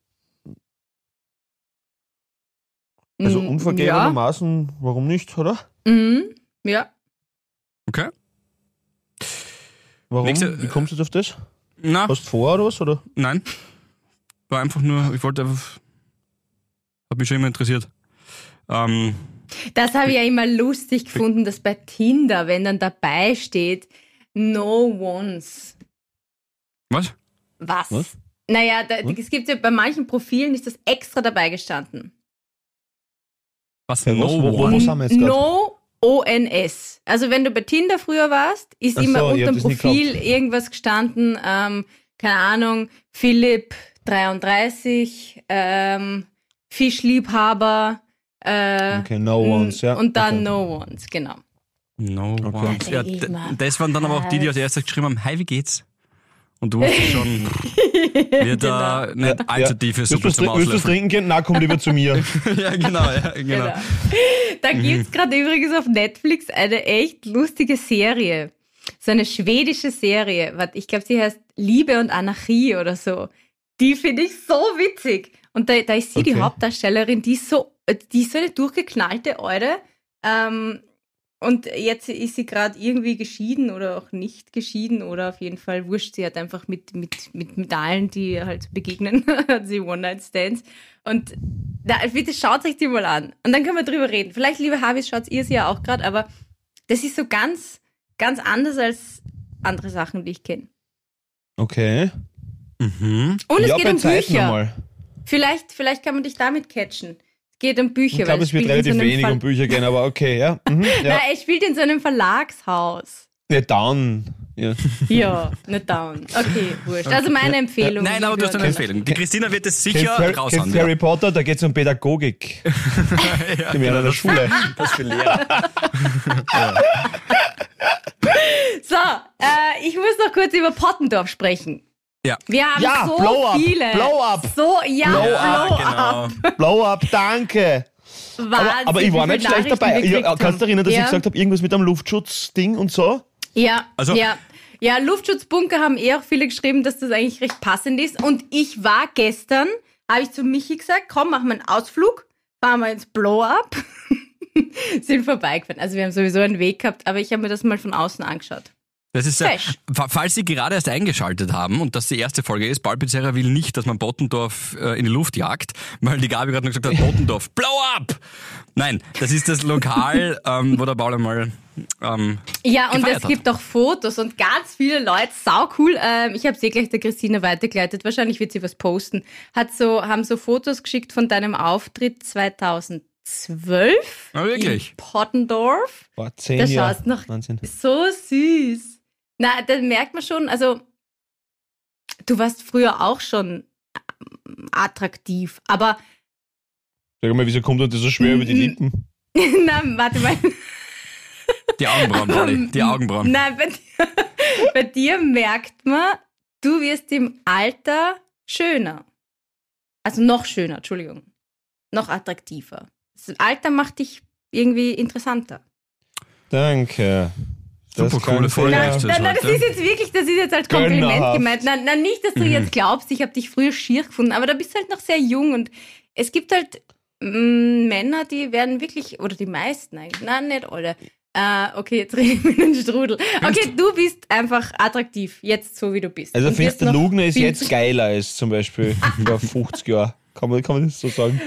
Also Mm, unvergebenermaßen, warum nicht, oder? Ja. Ja. Okay. Warum? Nächste- Wie kommst du jetzt auf das? Na, Hast du vor oder was? Oder? nein. War einfach nur, ich wollte einfach, hat mich schon immer interessiert. Das habe ich ja immer lustig gefunden, dass bei Tinder, wenn dann dabei steht, no ones. Was? Was? Naja, es gibt ja bei manchen Profilen ist das extra dabei gestanden. Was? Ja, No wo one? sind wir jetzt grad? No ONS. Also wenn du bei Tinder früher warst, ist Ach so, immer ich hab unter dem das nie Profil gehabt. irgendwas gestanden, keine Ahnung, Philipp 33, Fischliebhaber, Okay, no ones, ja. und dann Okay. no ones, genau. No one. Da Ja, denk ich mal, das waren dann aber auch die, die als erstes geschrieben haben, hi, wie geht's? Und du wusstest schon, wird da nicht allzu tiefe Suppe zum Willst du Auslöffeln. trinken gehen? Na, komm lieber zu mir. Ja, genau. Genau. Da gibt es gerade übrigens auf Netflix eine echt lustige Serie. So eine schwedische Serie. Ich glaube, sie heißt Liebe und Anarchie oder so. Die finde ich so witzig. Und da ist sie die Okay. Hauptdarstellerin, die ist so eine durchgeknallte Eure. Und jetzt ist sie gerade irgendwie geschieden oder auch nicht geschieden oder auf jeden Fall wurscht. Sie hat einfach mit allen, die halt begegnen, hat sie One-Night-Stands. Und bitte schaut euch die mal an. Und dann können wir drüber reden. Vielleicht, liebe Havis, schaut ihr sie ja auch gerade, aber das ist so ganz, ganz anders als andere Sachen, die ich kenne. Okay. Mhm. Und Ja, es geht bei um Zeit Bücher. nochmal. Vielleicht kann man dich damit catchen. Es geht um Bücher. Ich glaube, weil es wird spielt in relativ so einem wenig um Bücher gehen, aber okay, ja. Mhm, ja. Nein, es spielt in so einem Verlagshaus. Ja, dann. Ja. Ja, nicht down. Okay, wurscht. Also meine Empfehlung. Nein, aber du hast eine Liebe Empfehlung. Die Christina wird es Kennst sicher raushauen. kennst Harry Potter, da geht es um Pädagogik. Ja, In einer Schule. das für Lehrer. So, ich muss noch kurz über Pottendorf sprechen. Ja. Wir haben Ja, so Blow Up, viele. Blow Up. So, ja, Blow Ja, Up. genau. Blow up, danke. Wahnsinn, Aber ich war wie nicht viele schlecht dabei. Nachrichten wir Ja, gekriegt kannst du haben. erinnern, dass ja. ich gesagt habe, irgendwas mit einem Luftschutzding und so? Ja, Also- ja, Luftschutzbunker haben auch viele geschrieben, dass das eigentlich recht passend ist. Und ich war gestern, habe ich zu Michi gesagt, komm, machen wir einen Ausflug, fahren wir ins Blow-Up. Sind vorbeigefahren. Also wir haben sowieso einen Weg gehabt, aber ich habe mir das mal von außen angeschaut. Das ist sehr, Fesch. falls Sie gerade erst eingeschaltet haben und das die erste Folge ist, Paul will nicht, dass man Bottendorf in die Luft jagt, weil die Gabi gerade noch gesagt hat, Bottendorf, blow up! Nein, das ist das Lokal, wo der Paul einmal Ja, und gefeiert es hat. gibt auch Fotos und ganz viele Leute, sau cool. Ich habe sie gleich der Christina weitergeleitet. Wahrscheinlich wird sie was posten. Haben so Fotos geschickt von deinem Auftritt 2012 Ah, wirklich? in Pottendorf. Boah, 10 Da Jahre. schaust noch Wahnsinn. so süß. Na, da merkt man schon, also du warst früher auch schon attraktiv, aber Sag mal, wieso kommt uns das so schwer über die Lippen? na, warte mal. die Augenbrauen, Pauli, die Augenbrauen. Nein, bei dir merkt man, du wirst im Alter schöner. Also noch schöner, Entschuldigung. Noch attraktiver. Das Alter macht dich irgendwie interessanter. Danke. Das Super coole kann Folge. sehr- Ja, Das heute. ist jetzt wirklich, das ist jetzt als Kompliment Gönnerhaft. gemeint. Na, nicht, dass du jetzt glaubst, ich habe dich früher schier gefunden, aber da bist du halt noch sehr jung und es gibt halt Männer, die werden wirklich, oder die meisten eigentlich, nein, nicht alle, Okay, jetzt rede ich mit dem Strudel. Okay, du bist einfach attraktiv, jetzt so wie du bist. Also Und findest wirst der noch Lugner ist viel jetzt geiler als zum Beispiel über 50 Jahre. Kann man das so sagen?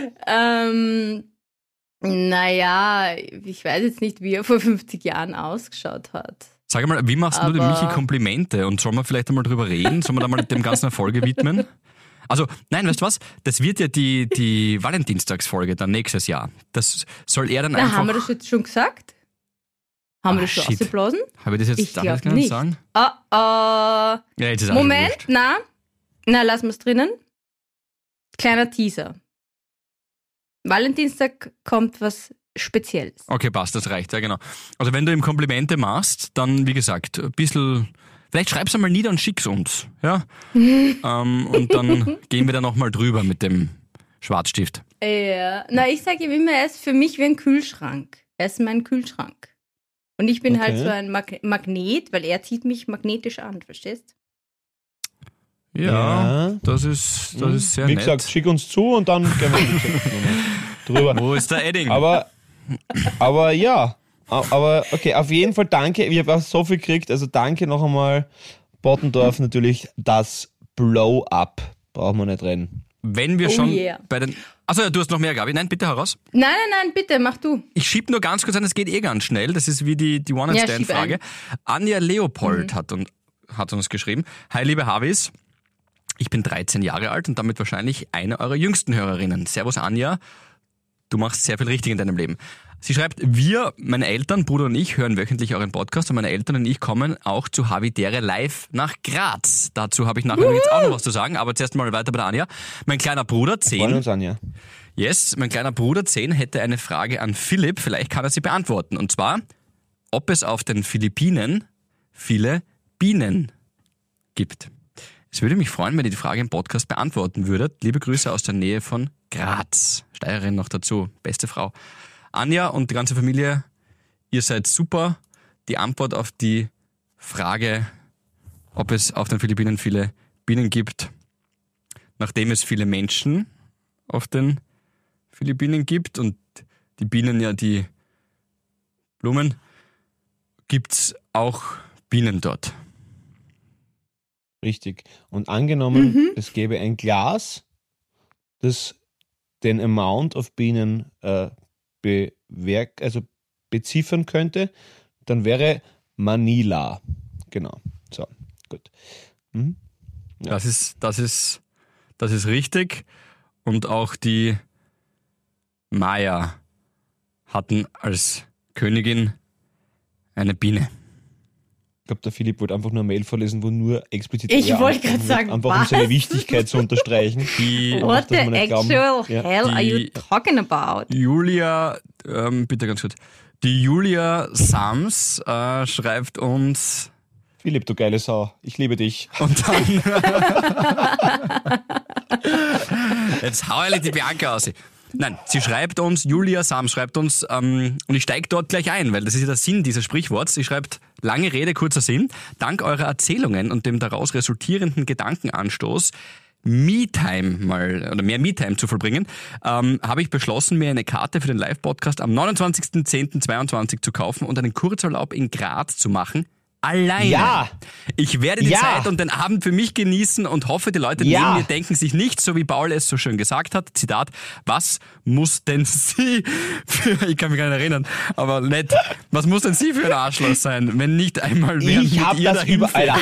Naja, ich weiß jetzt nicht, wie er vor 50 Jahren ausgeschaut hat. Sag mal, wie machst du dem Michi Komplimente? Und sollen wir vielleicht einmal drüber reden? Sollen wir da mal dem ganzen Erfolge widmen? Also, nein, weißt du was? Das wird ja die Valentinstagsfolge dann nächstes Jahr. Das soll er dann einfach... Haben wir das jetzt schon gesagt? Haben wir das schon ausgeblasen? Habe ich das jetzt Ich darf ich glaub das nicht. sagen? Ja, jetzt ist alles Moment, wurscht. na, lassen wir es drinnen. Kleiner Teaser. Valentinstag kommt was Spezielles. Okay, passt, das reicht, ja genau. Also wenn du ihm Komplimente machst, dann, wie gesagt, ein bisschen... Vielleicht schreib's einmal nieder und schick's uns, ja? Und dann gehen wir da nochmal drüber mit dem Schwarzstift. Ja, na, ich sage ihm immer, er ist für mich wie ein Kühlschrank. Er ist mein Kühlschrank. Und ich bin halt so ein Magnet, weil er zieht mich magnetisch an, verstehst? Ja. Das ist sehr Wie nett. gesagt, schick uns zu und dann gehen wir drüber. Wo ist der Edding? Aber ja. Aber okay, auf jeden Fall danke. Ich habe auch so viel gekriegt. Also danke noch einmal. Bottendorf natürlich das Blow-Up. Brauchen wir nicht reden. Wenn wir bei den... Achso, du hast noch mehr, Gabi. Nein, bitte heraus. Nein, bitte, mach du. Ich schieb nur ganz kurz ein, das geht ganz schnell. Das ist wie die One-and-Stand-Frage. Anja Leopold hat uns geschrieben. Hi, liebe Havis. Ich bin 13 Jahre alt und damit wahrscheinlich eine eurer jüngsten Hörerinnen. Servus, Anja. Du machst sehr viel richtig in deinem Leben. Sie schreibt, wir, meine Eltern, Bruder und ich, hören wöchentlich euren Podcast und meine Eltern und ich kommen auch zu Havidere live nach Graz. Dazu habe ich nachher jetzt auch noch was zu sagen, aber zuerst mal weiter bei der Anja. Mein kleiner Bruder, 10. Freuen uns, Anja. Yes, mein kleiner Bruder, 10, hätte eine Frage an Philipp, vielleicht kann er sie beantworten. Und zwar, ob es auf den Philippinen viele Bienen gibt. Es würde mich freuen, wenn ihr die Frage im Podcast beantworten würdet. Liebe Grüße aus der Nähe von Graz. Steirerin noch dazu, beste Frau. Anja und die ganze Familie, ihr seid super. Die Antwort auf die Frage, ob es auf den Philippinen viele Bienen gibt, nachdem es viele Menschen auf den Philippinen gibt und die Bienen ja die Blumen, gibt's auch Bienen dort. Richtig. Und angenommen, es gäbe ein Glas, das den Amount of Bienen beziffern könnte, dann wäre Manila. Genau. So, gut. Mhm. Ja. Das ist richtig. Und auch die Maya hatten als Königin eine Biene. Ich glaube, der Philipp wollte einfach nur eine Mail vorlesen, wo nur explizit Ich wollte gerade sagen, einfach um seine Wichtigkeit zu unterstreichen. What the actual hell are you talking about? Julia, bitte ganz kurz. Die Julia Sams schreibt uns... Philipp, du geile Sau, ich liebe dich. Und dann... Jetzt hau ich die Bianca aus. Nein, sie schreibt uns, Julia Sams schreibt uns, und ich steige dort gleich ein, weil das ist ja der Sinn dieses Sprichworts. Sie schreibt, lange Rede, kurzer Sinn. Dank eurer Erzählungen und dem daraus resultierenden Gedankenanstoß, mehr Me-Time zu vollbringen, habe ich beschlossen, mir eine Karte für den Live-Podcast am 29.10.22 zu kaufen und einen Kurzurlaub in Graz zu machen. Alleine. Ja. Ich werde die Zeit und den Abend für mich genießen und hoffe, die Leute neben mir denken sich nicht, so wie Paul es so schön gesagt hat, Zitat, was muss denn sie ich kann mich gar nicht erinnern, aber nett, was muss denn sie für ein Arschloch sein, wenn nicht einmal während ich hab mit ihr das Alter,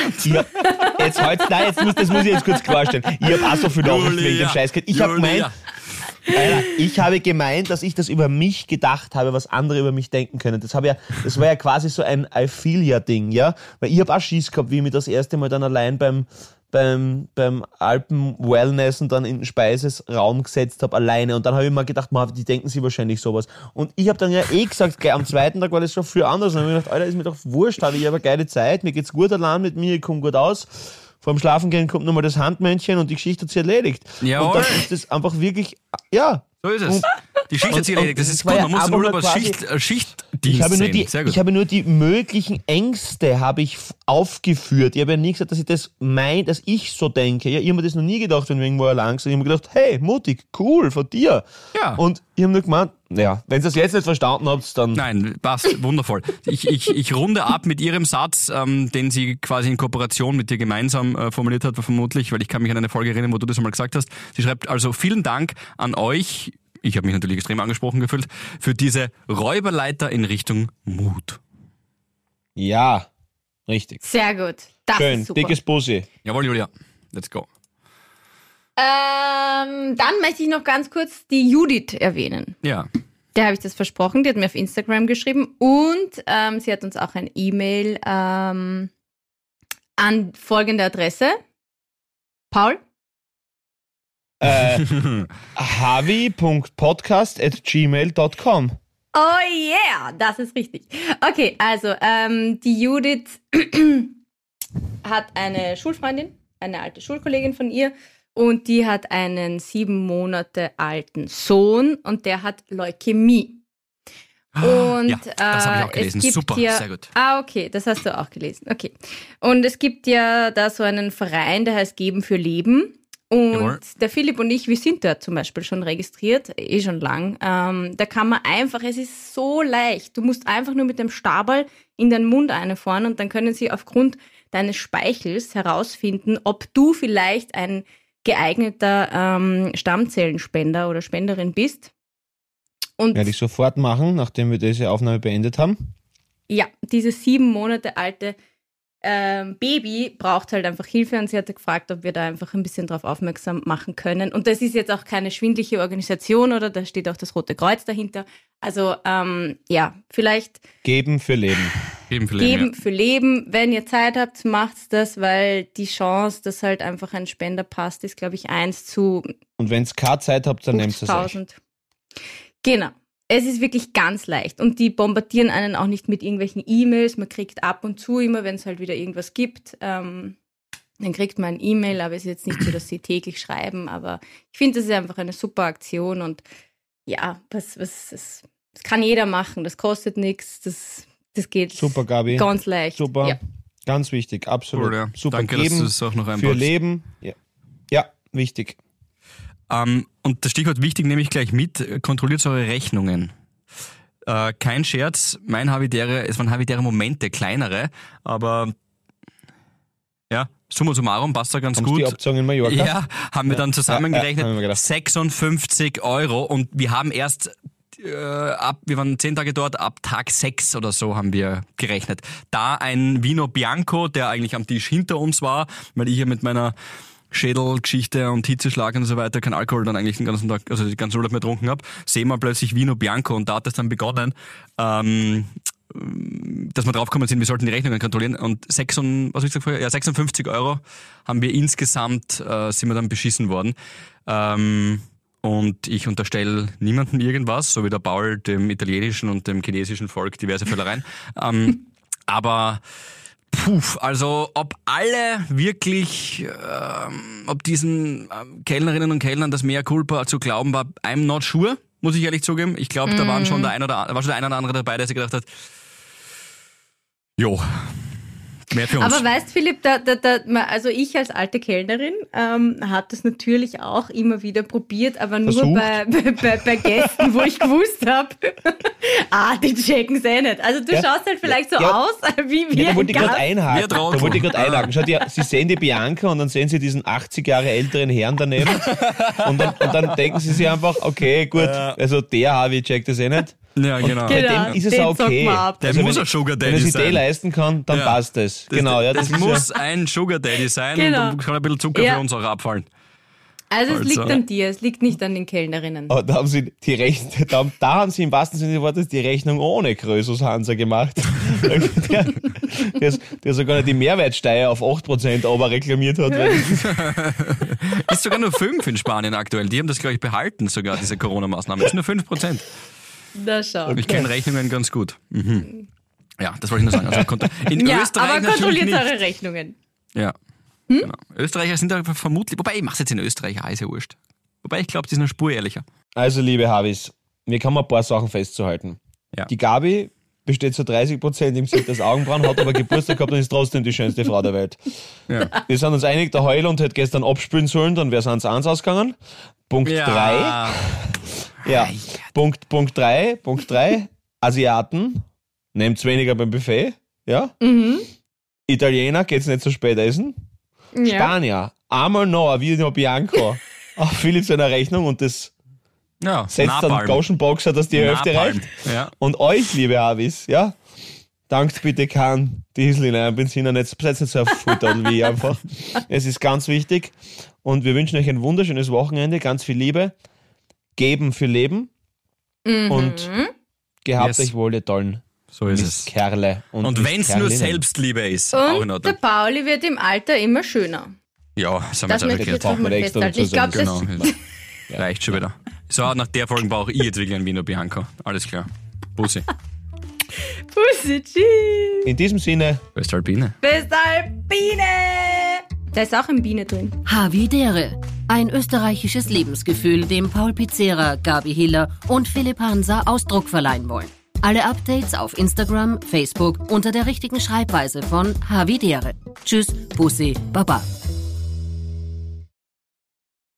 das muss ich jetzt kurz klarstellen. Ich habe auch so viel Nachrichten wegen dem Scheiß gehört. Ich habe gemeint, dass ich das über mich gedacht habe, was andere über mich denken können. Das war ja quasi so ein I feel ya Ding, ja? Weil ich habe auch Schiss gehabt, wie ich mich das erste Mal dann allein beim Alpen-Wellness und dann in den Speiseraum gesetzt habe, alleine. Und dann habe ich mir gedacht, die denken sich wahrscheinlich sowas. Und ich habe dann ja gesagt, gleich am zweiten Tag war das schon viel anders. Und dann habe ich gedacht, Alter, ist mir doch wurscht, ich habe eine geile Zeit, mir geht's gut allein mit mir, ich komme gut aus. Vorm Schlafengehen kommt nochmal das Handmännchen und die Geschichte hat sich erledigt. Jawohl. Und dann ist das einfach wirklich, ja. So ist es. Die Geschichte hat sich erledigt. Das ist gut. Man muss den Urlaub als Dienstszenen. Sehr gut. Ich habe nur die möglichen Ängste aufgeführt. Ich habe ja nie gesagt, dass ich das meine, dass ich so denke. Ja, ich habe mir das noch nie gedacht, wenn wir irgendwo allein sind. Ich habe mir gedacht, hey, mutig, cool, von dir. Ja. Und ich habe nur gemeint, ja, wenn ihr das jetzt nicht verstanden habt, dann... Nein, passt, wundervoll. Ich runde ab mit Ihrem Satz, den sie quasi in Kooperation mit dir gemeinsam formuliert hat, vermutlich, weil ich kann mich an eine Folge erinnern, wo du das einmal gesagt hast. Sie schreibt also, vielen Dank an euch, ich habe mich natürlich extrem angesprochen gefühlt, für diese Räuberleiter in Richtung Mut. Ja, richtig. Sehr gut. Das Schön, ist super. dickes Bussi. Jawohl, Julia, let's go. Dann möchte ich noch ganz kurz die Judith erwähnen. Ja. Der habe ich das versprochen, die hat mir auf Instagram geschrieben und sie hat uns auch ein E-Mail an folgende Adresse. Paul? havi.podcast@gmail.com. Oh yeah, das ist richtig. Okay, also die Judith hat eine Schulfreundin, eine alte Schulkollegin von ihr und die hat einen 7 Monate alten Sohn und der hat Leukämie. Und ja, das habe ich auch gelesen. Super, sehr gut. Okay, das hast du auch gelesen. Okay. Und es gibt ja da so einen Verein, der heißt Geben für Leben. Und Jawohl. der Philipp und ich, wir sind da zum Beispiel schon registriert, schon lang. Da kann man einfach, es ist so leicht. Du musst einfach nur mit dem Stabal in den Mund einfahren und dann können sie aufgrund deines Speichels herausfinden, ob du vielleicht ein geeigneter Stammzellenspender oder Spenderin bist. Und Werde ich sofort machen, nachdem wir diese Aufnahme beendet haben. ja, dieses 7 Monate alte Baby braucht halt einfach Hilfe und sie hatte gefragt, ob wir da einfach ein bisschen drauf aufmerksam machen können. Und das ist jetzt auch keine schwindliche Organisation oder da steht auch das Rote Kreuz dahinter. Also ja, vielleicht Geben für Leben. Geben für Leben. Geben für Leben. Wenn ihr Zeit habt, macht's das, weil die Chance, dass halt einfach ein Spender passt, ist, glaube ich, 1 zu Und wenn ihr keine Zeit habt, dann nehmt es euch. 50.000. Genau. Es ist wirklich ganz leicht und die bombardieren einen auch nicht mit irgendwelchen E-Mails. Man kriegt ab und zu immer, wenn es halt wieder irgendwas gibt, dann kriegt man ein E-Mail, aber es ist jetzt nicht so, dass sie täglich schreiben. Aber ich finde, das ist einfach eine super Aktion und ja, das kann jeder machen. Das kostet nichts, das geht Super, Gabi. ganz leicht. Super. Ja. Ganz wichtig, absolut. Cool, ja. Super. Danke, dass Geben du es auch noch für einbaust. Leben. Ja, wichtig. Und das Stichwort wichtig nehme ich gleich mit, kontrolliert eure Rechnungen. Kein Scherz, es waren habitäre Momente, kleinere, aber ja, summa summarum passt da ganz Haben Sie gut. die Abzug in Mallorca? Ja, haben wir dann zusammengerechnet, haben wir gedacht. 56 € und wir haben erst wir waren 10 Tage dort, ab Tag 6 oder so haben wir gerechnet. Da ein Vino Bianco, der eigentlich am Tisch hinter uns war, weil ich ja mit meiner Schädelgeschichte und Hitzeschlag und so weiter kein Alkohol dann eigentlich den ganzen Tag, also die ganze Urlaub mehr getrunken habe, sehen wir plötzlich Vino Bianco und da hat es dann begonnen, dass wir draufgekommen sind, wir sollten die Rechnungen kontrollieren und 56 € haben wir insgesamt, sind wir dann beschissen worden. Und ich unterstelle niemandem irgendwas, so wie der Paul dem italienischen und dem chinesischen Volk diverse Völlereien. Aber also ob alle wirklich, ob diesen Kellnerinnen und Kellnern das Mea Culpa zu glauben war, I'm not sure, muss ich ehrlich zugeben. Ich glaube, da war schon der ein oder andere dabei, der sich gedacht hat, jo, mehr für uns. Aber weißt, Philipp, also ich als alte Kellnerin habe das natürlich auch immer wieder probiert, aber nur bei Gästen, wo ich gewusst habe, die checken es eh nicht. Also du schaust halt vielleicht so aus, wie wir. Da wollte ich gerade einhaken. Trottel. Schaut, Sie sehen die Bianca und dann sehen Sie diesen 80 Jahre älteren Herrn daneben und dann denken Sie sich einfach, okay, gut, also der Harvey checkt das eh nicht. Ja, genau. Bei dem ist es auch okay. Der muss ein Sugar Wenn er Daddy sich sein. leisten kann, dann passt es. Genau, ja, das ist muss ein Sugar Daddy sein Genau. und dann kann ein bisschen Zucker für uns auch abfallen. Also es Also. liegt an dir, es liegt nicht an den Kellnerinnen. Aber da haben Sie da haben Sie im wahrsten Sinne des Wortes die Rechnung ohne Krösus Hansa gemacht. der sogar nicht die Mehrwertsteuer auf 8% aber reklamiert hat. Ist sogar nur 5 in Spanien aktuell. Die haben das, glaube ich, behalten sogar, diese Corona-Maßnahmen. Ist nur 5%. Na schau. Ich kenne Rechnungen ganz gut. Mhm. Ja, das wollte ich nur sagen. Also in Ja, Österreich aber natürlich kontrolliert nicht. eure Rechnungen. Ja. Genau. Österreicher sind da vermutlich, wobei ich mache es jetzt in Österreich, ist ja wurscht. Wobei ich glaube, die sind eine Spur ehrlicher. Also, liebe Havis, mir kann man ein paar Sachen festzuhalten. Ja. Die Gabi besteht zu 30% im Gesicht als Augenbrauen, hat aber Geburtstag gehabt und ist trotzdem die schönste Frau der Welt. Ja. Wir sind uns einig, der Heulund hätte gestern abspülen sollen, dann wäre es 1-1 ausgegangen. Punkt 3. Ja. Punkt 3. Asiaten, nehmt's weniger beim Buffet. Ja. Italiener, geht's nicht so spät essen. Ja. Spanier, einmal noch, wie noch Bianco. Auf Philipp seiner Rechnung und das setzt dann Gauschenboxer, dass die Hälfte reicht. Ja. Und euch, liebe Avis, ja, dankt bitte kein Diesel in einem Benziner, seid nicht so auf Futter wie ich einfach. Es ist ganz wichtig und wir wünschen euch ein wunderschönes Wochenende, ganz viel Liebe, geben für Leben und gehabt euch wohl, ihr tollen so ist es. Kerle. Und wenn es nur Selbstliebe ist, auch in Und Ordnung. der Pauli wird im Alter immer schöner. Ja, sind wir Das jetzt möchte ich jetzt brauchen wir nochmal extra festhalten. Ich glaube, dazu Genau. Reicht schon wieder. So, nach der Folge brauche ich jetzt wirklich ein Vino Bianco. Alles klar. Bussi. Pussy, tschüss. In diesem Sinne, Westalpine. Westalpine. Da ist auch ein Biene drin. Havidere. Ein österreichisches Lebensgefühl, dem Paul Pizzera, Gabi Hiller und Philipp Hansa Ausdruck verleihen wollen. Alle Updates auf Instagram, Facebook unter der richtigen Schreibweise von Havidere. Tschüss, Bussi, Baba.